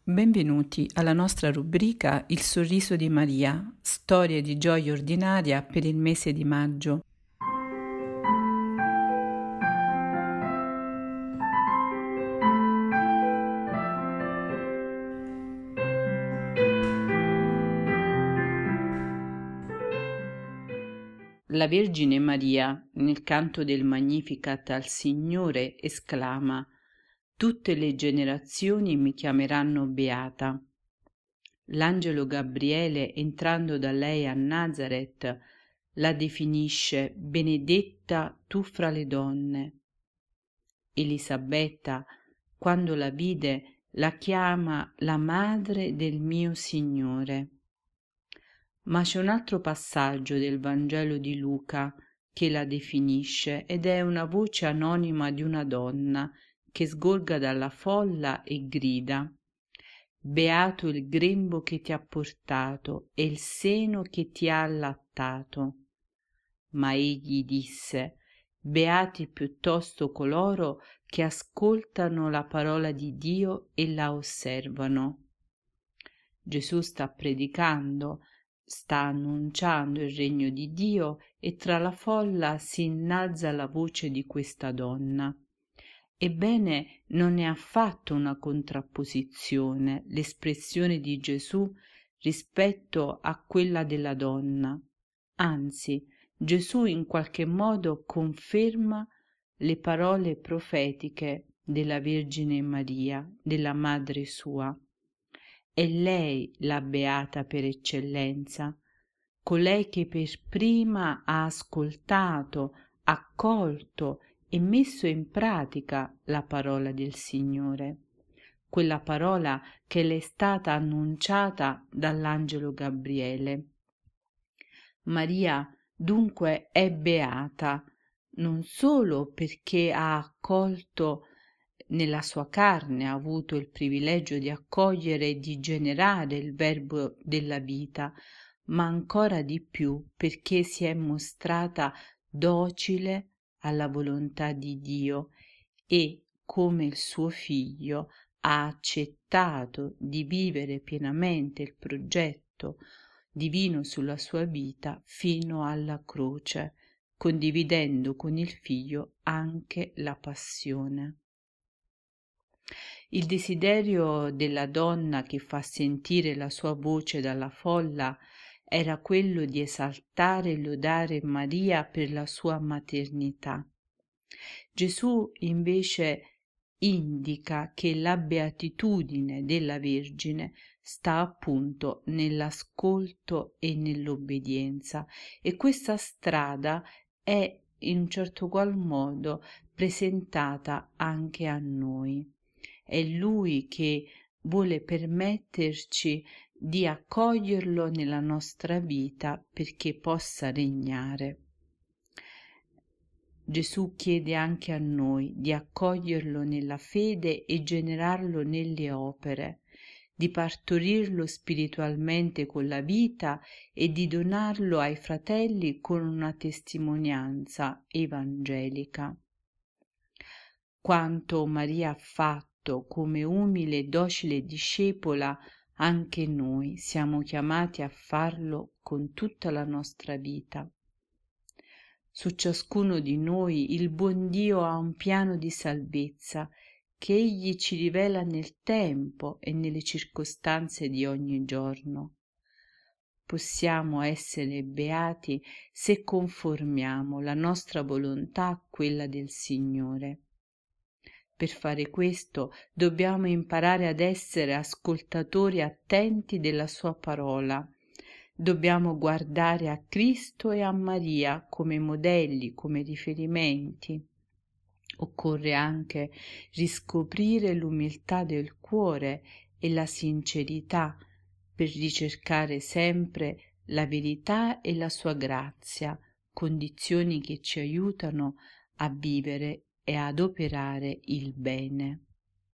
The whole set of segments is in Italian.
Benvenuti alla nostra rubrica Il sorriso di Maria, storie di gioia ordinaria per il mese di maggio. La Vergine Maria, nel canto del Magnificat al Signore, esclama: «Tutte le generazioni mi chiameranno beata». L'angelo Gabriele, entrando da lei a Nazaret, la definisce benedetta tu fra le donne. Elisabetta, quando la vide, la chiama la madre del mio Signore. Ma c'è un altro passaggio del Vangelo di Luca che la definisce ed è una voce anonima di una donna che sgorga dalla folla e grida: «Beato il grembo che ti ha portato e il seno che ti ha allattato». Ma egli disse: «Beati piuttosto coloro che ascoltano la parola di Dio e la osservano». Gesù sta predicando, sta annunciando il regno di Dio e tra la folla si innalza la voce di questa donna. Ebbene, non è affatto una contrapposizione l'espressione di Gesù rispetto a quella della donna. Anzi, Gesù in qualche modo conferma le parole profetiche della Vergine Maria, della madre sua. È lei la beata per eccellenza, colei che per prima ha ascoltato, accolto e messo in pratica la parola del Signore, quella parola che le è stata annunciata dall'angelo Gabriele. Maria dunque è beata non solo perché ha accolto nella sua carne, ha avuto il privilegio di accogliere e di generare il verbo della vita, ma ancora di più perché si è mostrata docile alla volontà di Dio e, come il suo figlio, ha accettato di vivere pienamente il progetto divino sulla sua vita fino alla croce, condividendo con il figlio anche la passione. Il desiderio della donna che fa sentire la sua voce dalla folla era quello di esaltare e lodare Maria per la sua maternità. Gesù invece indica che la beatitudine della Vergine sta appunto nell'ascolto e nell'obbedienza, e questa strada è in un certo qual modo presentata anche a noi. È Lui che vuole permetterci di accoglierlo nella nostra vita perché possa regnare. Gesù chiede anche a noi di accoglierlo nella fede e generarlo nelle opere, di partorirlo spiritualmente con la vita e di donarlo ai fratelli con una testimonianza evangelica. Quanto Maria ha fatto come umile e docile discepola, anche noi siamo chiamati a farlo con tutta la nostra vita. Su ciascuno di noi il buon Dio ha un piano di salvezza che Egli ci rivela nel tempo e nelle circostanze di ogni giorno. Possiamo essere beati se conformiamo la nostra volontà a quella del Signore. Per fare questo dobbiamo imparare ad essere ascoltatori attenti della sua parola. Dobbiamo guardare a Cristo e a Maria come modelli, come riferimenti. Occorre anche riscoprire l'umiltà del cuore e la sincerità per ricercare sempre la verità e la sua grazia, condizioni che ci aiutano a vivere e ad operare il bene.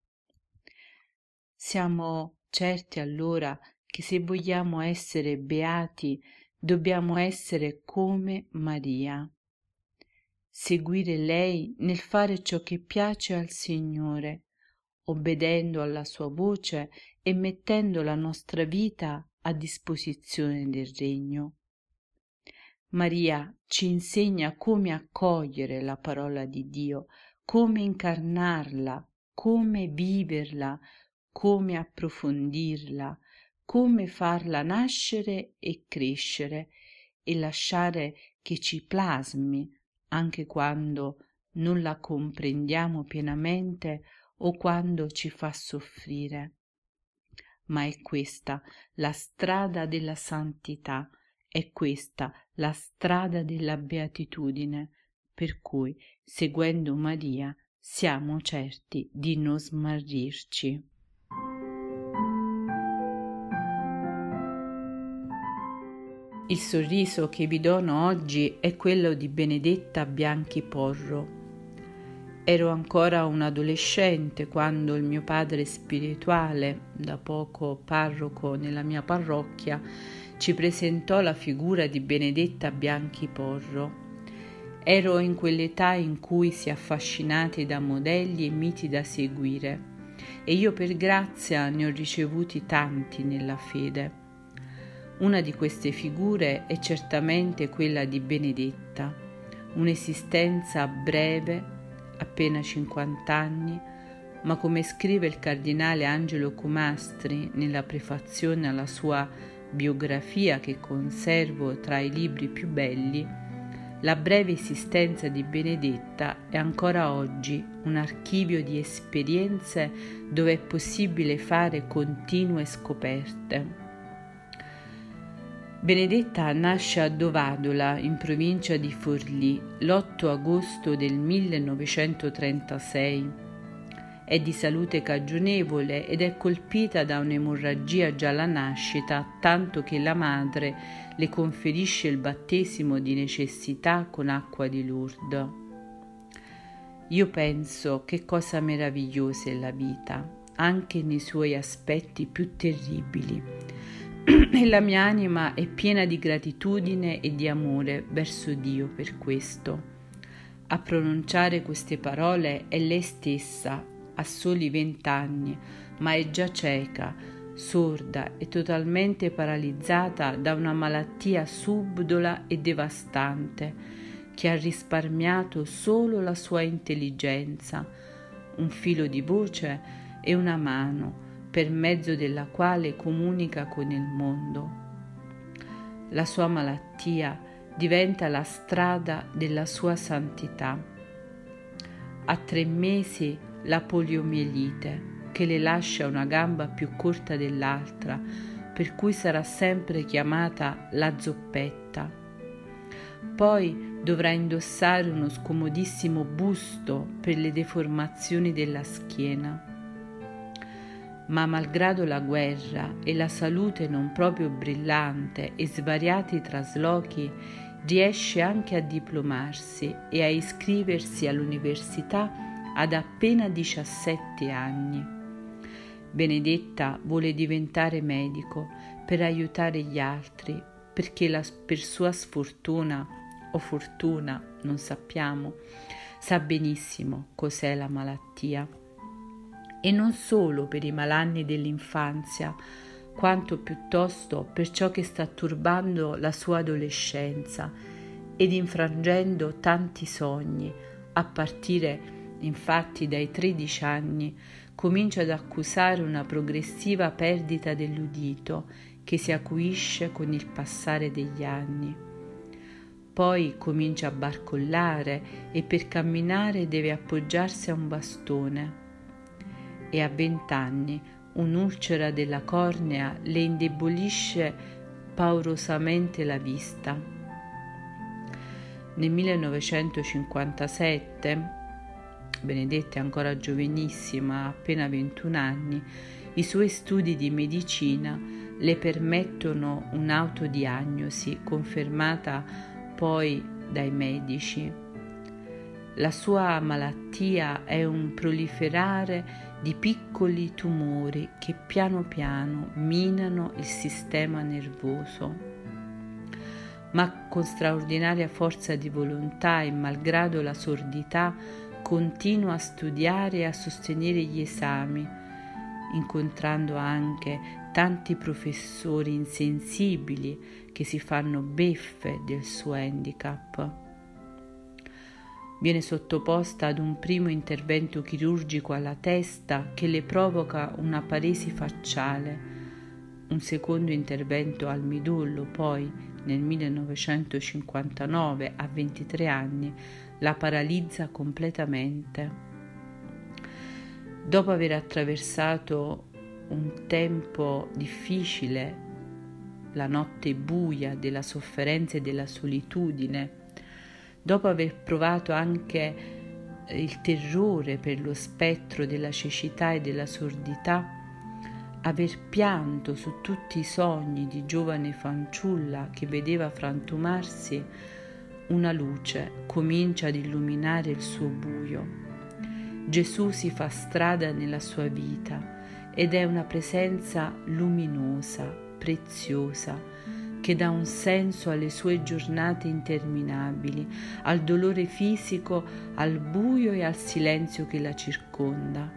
Siamo certi allora che se vogliamo essere beati dobbiamo essere come Maria, seguire lei nel fare ciò che piace al Signore, obbedendo alla sua voce e mettendo la nostra vita a disposizione del regno. Maria ci insegna come accogliere la parola di Dio, come incarnarla, come viverla, come approfondirla, come farla nascere e crescere e lasciare che ci plasmi anche quando non la comprendiamo pienamente o quando ci fa soffrire. Ma è questa la strada della santità, è questa la strada della beatitudine, per cui, seguendo Maria, siamo certi di non smarrirci. Il sorriso che vi dono oggi è quello di Benedetta Bianchi Porro. Ero ancora un adolescente quando il mio padre spirituale, da poco parroco nella mia parrocchia, ci presentò la figura di Benedetta Bianchi Porro. Ero in quell'età in cui si è affascinati da modelli e miti da seguire, e io per grazia ne ho ricevuti tanti nella fede. Una di queste figure è certamente quella di Benedetta, un'esistenza breve, appena 50 anni, ma come scrive il cardinale Angelo Comastri nella prefazione alla sua biografia che conservo tra i libri più belli, la breve esistenza di Benedetta è ancora oggi un archivio di esperienze dove è possibile fare continue scoperte. Benedetta nasce a Dovadola, in provincia di Forlì, l'8 agosto del 1936. È di salute cagionevole ed è colpita da un'emorragia già alla nascita, tanto che la madre le conferisce il battesimo di necessità con acqua di Lourdes. Io penso che cosa meravigliosa è la vita, anche nei suoi aspetti più terribili. E la mia anima è piena di gratitudine e di amore verso Dio per questo. A pronunciare queste parole è lei stessa, ha soli 20 anni, ma è già cieca, sorda e totalmente paralizzata da una malattia subdola e devastante che ha risparmiato solo la sua intelligenza, un filo di voce e una mano, per mezzo della quale comunica con il mondo. La sua malattia diventa la strada della sua santità. A 3 mesi la poliomielite, che le lascia una gamba più corta dell'altra, per cui sarà sempre chiamata la zoppetta. Poi dovrà indossare uno scomodissimo busto per le deformazioni della schiena. Ma malgrado la guerra e la salute non proprio brillante e svariati traslochi, riesce anche a diplomarsi e a iscriversi all'università ad appena 17 anni. Benedetta vuole diventare medico per aiutare gli altri, perché per sua sfortuna o fortuna, non sappiamo, sa benissimo cos'è la malattia. E non solo per i malanni dell'infanzia, quanto piuttosto per ciò che sta turbando la sua adolescenza ed infrangendo tanti sogni. A partire infatti dai 13 anni comincia ad accusare una progressiva perdita dell'udito che si acuisce con il passare degli anni. Poi comincia a barcollare e per camminare deve appoggiarsi a un bastone. E a 20 anni un'ulcera della cornea le indebolisce paurosamente la vista. Nel 1957, Benedetta è ancora giovenissima, appena 21 anni, i suoi studi di medicina le permettono un'autodiagnosi confermata poi dai medici. La sua malattia è un proliferare di piccoli tumori che piano piano minano il sistema nervoso. Ma con straordinaria forza di volontà e malgrado la sordità continua a studiare e a sostenere gli esami, incontrando anche tanti professori insensibili che si fanno beffe del suo handicap. Viene sottoposta ad un primo intervento chirurgico alla testa che le provoca una paresi facciale, un secondo intervento al midollo, poi nel 1959, a 23 anni, la paralizza completamente. Dopo aver attraversato un tempo difficile, la notte buia della sofferenza e della solitudine, dopo aver provato anche il terrore per lo spettro della cecità e della sordità, aver pianto su tutti i sogni di giovane fanciulla che vedeva frantumarsi, una luce comincia ad illuminare il suo buio. Gesù si fa strada nella sua vita ed è una presenza luminosa, preziosa, che dà un senso alle sue giornate interminabili, al dolore fisico, al buio e al silenzio che la circonda.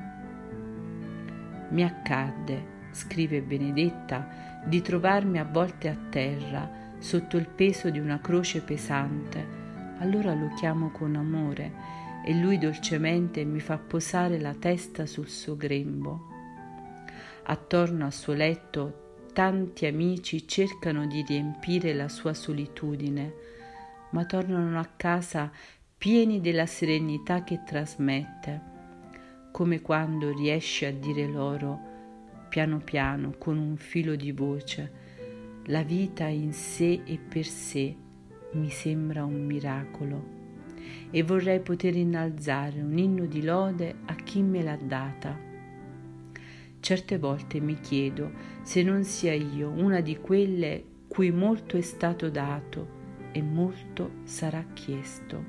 Mi accadde, scrive Benedetta, di trovarmi a volte a terra, sotto il peso di una croce pesante. Allora lo chiamo con amore e lui dolcemente mi fa posare la testa sul suo grembo. Attorno al suo letto tanti amici cercano di riempire la sua solitudine, ma tornano a casa pieni della serenità che trasmette, come quando riesce a dire loro, piano piano, con un filo di voce, la vita in sé e per sé mi sembra un miracolo e vorrei poter innalzare un inno di lode a chi me l'ha data. Certe volte mi chiedo se non sia io una di quelle cui molto è stato dato e molto sarà chiesto.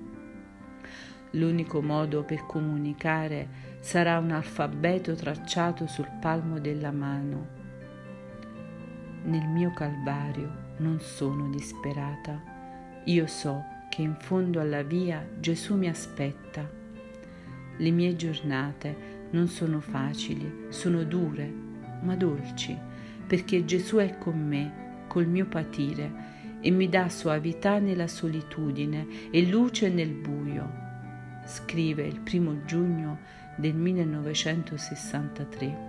L'unico modo per comunicare sarà un alfabeto tracciato sul palmo della mano. Nel mio calvario non sono disperata. Io so che in fondo alla via Gesù mi aspetta. Le mie giornate non sono facili, sono dure, ma dolci, perché Gesù è con me, col mio patire, e mi dà soavità nella solitudine e luce nel buio. Scrive il 1 giugno del 1963.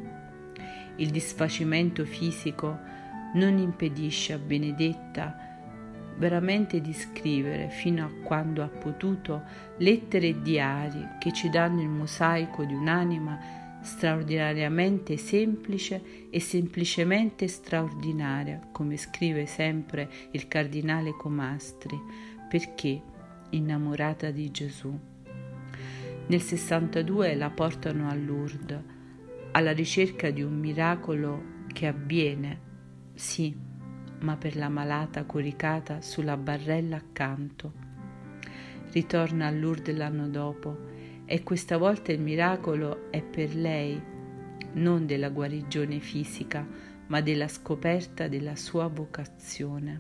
Il disfacimento fisico non impedisce a Benedetta veramente di scrivere, fino a quando ha potuto, lettere e diari che ci danno il mosaico di un'anima straordinariamente semplice e semplicemente straordinaria, come scrive sempre il cardinale Comastri, perché innamorata di Gesù. Nel 62 la portano a Lourdes, alla ricerca di un miracolo che avviene, sì, ma per la malata coricata sulla barella accanto. Ritorna a Lourdes l'anno dopo e questa volta il miracolo è per lei, non della guarigione fisica, ma della scoperta della sua vocazione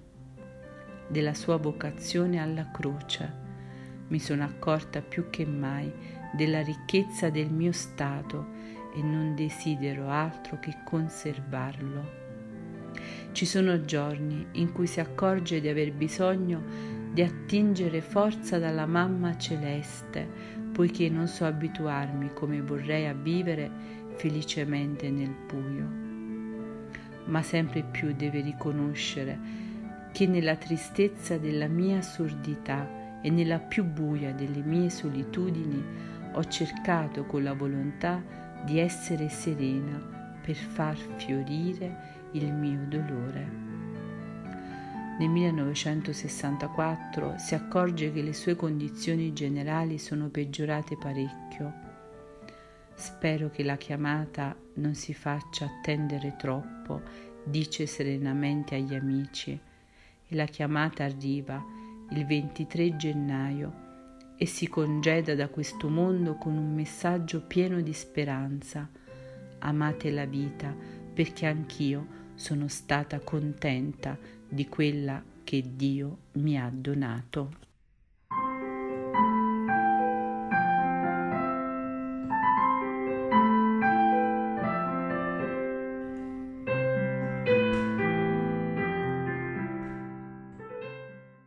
alla croce. Mi sono accorta più che mai della ricchezza del mio stato e non desidero altro che conservarlo. Ci sono giorni in cui si accorge di aver bisogno di attingere forza dalla mamma celeste, poiché non so abituarmi come vorrei a vivere felicemente nel buio. Ma sempre più deve riconoscere che nella tristezza della mia sordità e nella più buia delle mie solitudini ho cercato con la volontà di essere serena per far fiorire il mio dolore. Nel 1964 si accorge che le sue condizioni generali sono peggiorate parecchio. Spero che la chiamata non si faccia attendere troppo, dice serenamente agli amici, e la chiamata arriva il 23 gennaio e si congeda da questo mondo con un messaggio pieno di speranza. Amate la vita, perché anch'io sono stata contenta di quella che Dio mi ha donato.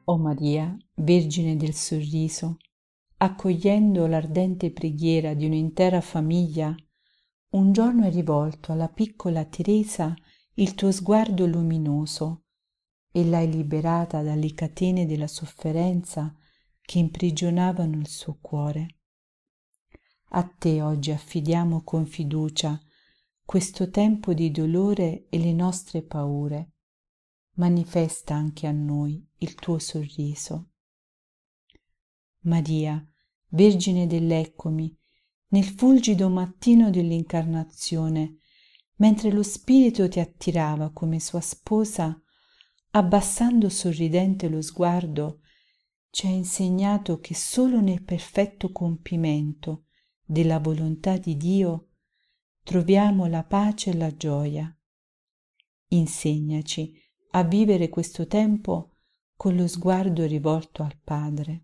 O Maria, Vergine del Sorriso, accogliendo l'ardente preghiera di un'intera famiglia, un giorno hai rivolto alla piccola Teresa il tuo sguardo luminoso e l'hai liberata dalle catene della sofferenza che imprigionavano il suo cuore. A te oggi affidiamo con fiducia questo tempo di dolore e le nostre paure. Manifesta anche a noi il tuo sorriso. Maria, Vergine dell'Eccomi, nel fulgido mattino dell'Incarnazione, mentre lo Spirito ti attirava come sua sposa, abbassando sorridente lo sguardo, ci ha insegnato che solo nel perfetto compimento della volontà di Dio troviamo la pace e la gioia. Insegnaci a vivere questo tempo con lo sguardo rivolto al Padre.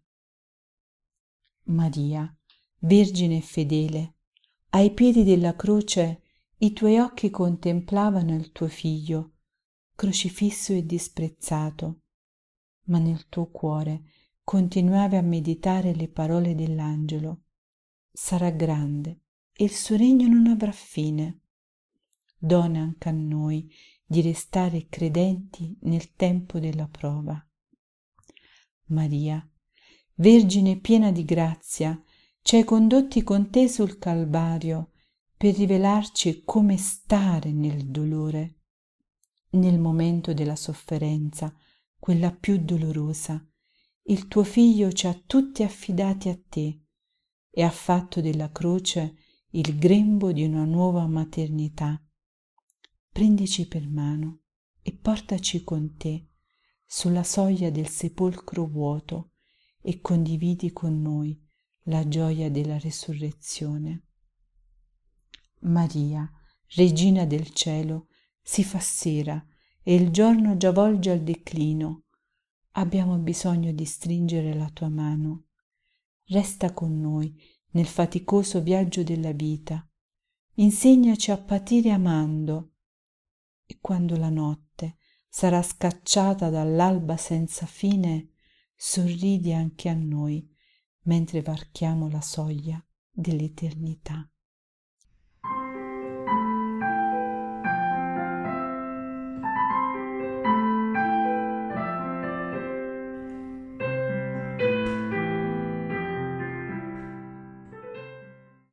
Maria, Vergine fedele, ai piedi della croce i tuoi occhi contemplavano il tuo figlio, crocifisso e disprezzato, ma nel tuo cuore continuavi a meditare le parole dell'angelo. Sarà grande e il suo regno non avrà fine. Dona anche a noi di restare credenti nel tempo della prova. Maria, Vergine piena di grazia, ci hai condotti con te sul Calvario per rivelarci come stare nel dolore. Nel momento della sofferenza, quella più dolorosa, il tuo figlio ci ha tutti affidati a te e ha fatto della croce il grembo di una nuova maternità. Prendici per mano e portaci con te sulla soglia del sepolcro vuoto e condividi con noi la gioia della resurrezione. Maria, Regina del cielo, si fa sera e il giorno già volge al declino. Abbiamo bisogno di stringere la tua mano. Resta con noi nel faticoso viaggio della vita. Insegnaci a patire amando. E quando la notte sarà scacciata dall'alba senza fine, sorridi anche a noi mentre varchiamo la soglia dell'eternità.